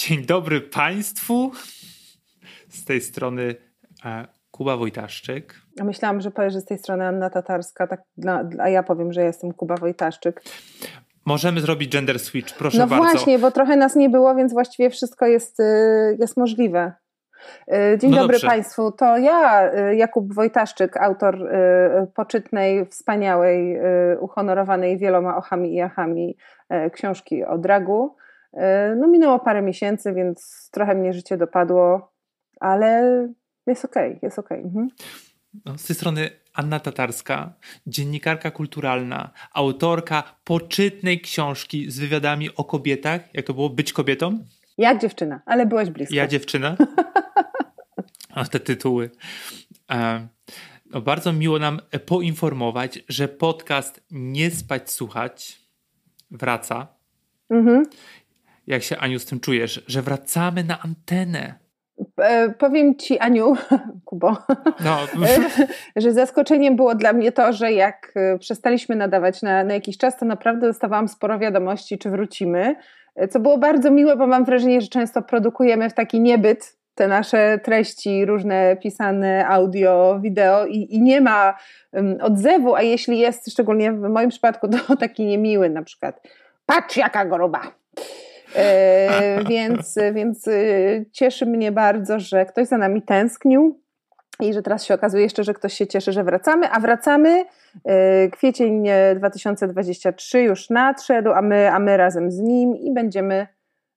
Dzień dobry Państwu. Z tej strony Kuba Wojtaszczyk. A myślałam, że powiesz, że z tej strony Anna Tatarska, a ja powiem, że jestem Kuba Wojtaszczyk. Możemy zrobić gender switch, proszę bardzo. bardzo. No właśnie, bo trochę nas nie było, więc właściwie wszystko jest możliwe. Dzień dobry Państwu, to ja, Jakub Wojtaszczyk, autor poczytnej, wspaniałej, uhonorowanej wieloma ochami i achami książki o dragu. No minęło parę miesięcy, więc trochę mnie życie dopadło, ale jest okej. Mhm. No, z tej strony Anna Tatarska, dziennikarka kulturalna, autorka poczytnej książki z wywiadami o kobietach. Jak to było? Być kobietą? Jak dziewczyna, ale byłaś blisko. Ja dziewczyna? O, te tytuły. No, bardzo miło nam poinformować, że podcast Nie spać, słuchać wraca. Mhm. Jak się, Aniu, z tym czujesz? Że wracamy na antenę. Powiem Ci, Aniu, Kubo, że zaskoczeniem było dla mnie to, że jak przestaliśmy nadawać na jakiś czas, to naprawdę dostawałam sporo wiadomości, czy wrócimy, co było bardzo miłe, bo mam wrażenie, że często produkujemy w taki niebyt te nasze treści, różne pisane audio, wideo i nie ma odzewu, a jeśli jest, szczególnie w moim przypadku, to taki niemiły, na przykład patrz jaka gruba. Więc cieszy mnie bardzo, że ktoś za nami tęsknił i że teraz się okazuje jeszcze, że ktoś się cieszy, że wracamy, a wracamy. Kwiecień 2023 już nadszedł, a my razem z nim i będziemy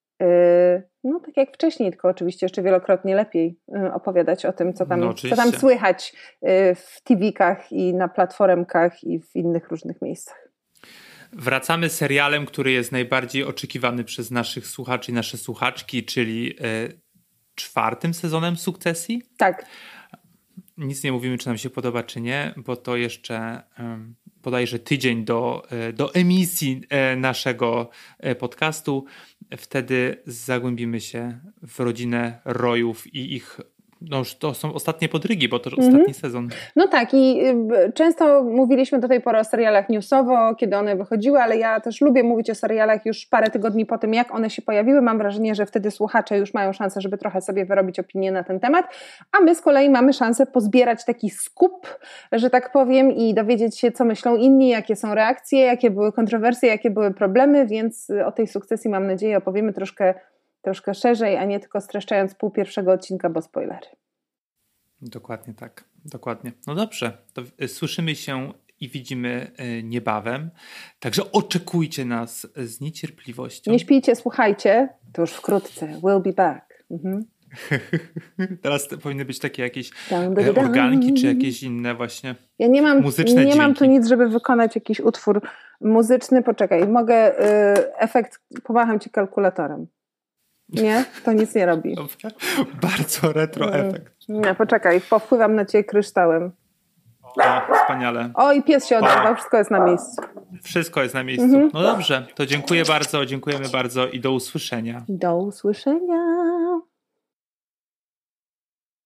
no tak jak wcześniej, tylko oczywiście jeszcze wielokrotnie lepiej opowiadać o tym, co tam słychać w TV-kach i na platformkach i w innych różnych miejscach. Wracamy serialem, który jest najbardziej oczekiwany przez naszych słuchaczy i nasze słuchaczki, czyli 4. sezonem Sukcesji. Tak. Nic nie mówimy, czy nam się podoba, czy nie, bo to jeszcze bodajże tydzień do emisji naszego podcastu. Wtedy zagłębimy się w rodzinę Royów i ich... No już to są ostatnie podrygi, bo to ostatni sezon. No tak i często mówiliśmy do tej pory o serialach newsowo, kiedy one wychodziły, ale ja też lubię mówić o serialach już parę tygodni po tym, jak one się pojawiły. Mam wrażenie, że wtedy słuchacze już mają szansę, żeby trochę sobie wyrobić opinię na ten temat, a my z kolei mamy szansę pozbierać taki skup, że tak powiem, i dowiedzieć się, co myślą inni, jakie są reakcje, jakie były kontrowersje, jakie były problemy, więc o tej Sukcesji, mam nadzieję, opowiemy troszkę szerzej, a nie tylko streszczając pół pierwszego odcinka, bo spoilery. Dokładnie tak, dokładnie. No dobrze, to słyszymy się i widzimy niebawem, także oczekujcie nas z niecierpliwością. Nie śpijcie, słuchajcie, to już wkrótce, we'll be back. Mhm. Teraz powinny być takie jakieś organki, czy jakieś inne właśnie muzyczne dźwięki. Nie mam tu nic, żeby wykonać jakiś utwór muzyczny. Poczekaj, mogę efekt, pomacham ci kalkulatorem. Nie? To nic nie robi. Dobrze. Bardzo retro efekt. Nie, poczekaj, powpływam na ciebie kryształem. O, wspaniale. O, i pies się odezwał, wszystko jest na miejscu. Wszystko jest na miejscu. No dobrze, to dziękujemy bardzo i do usłyszenia. Do usłyszenia.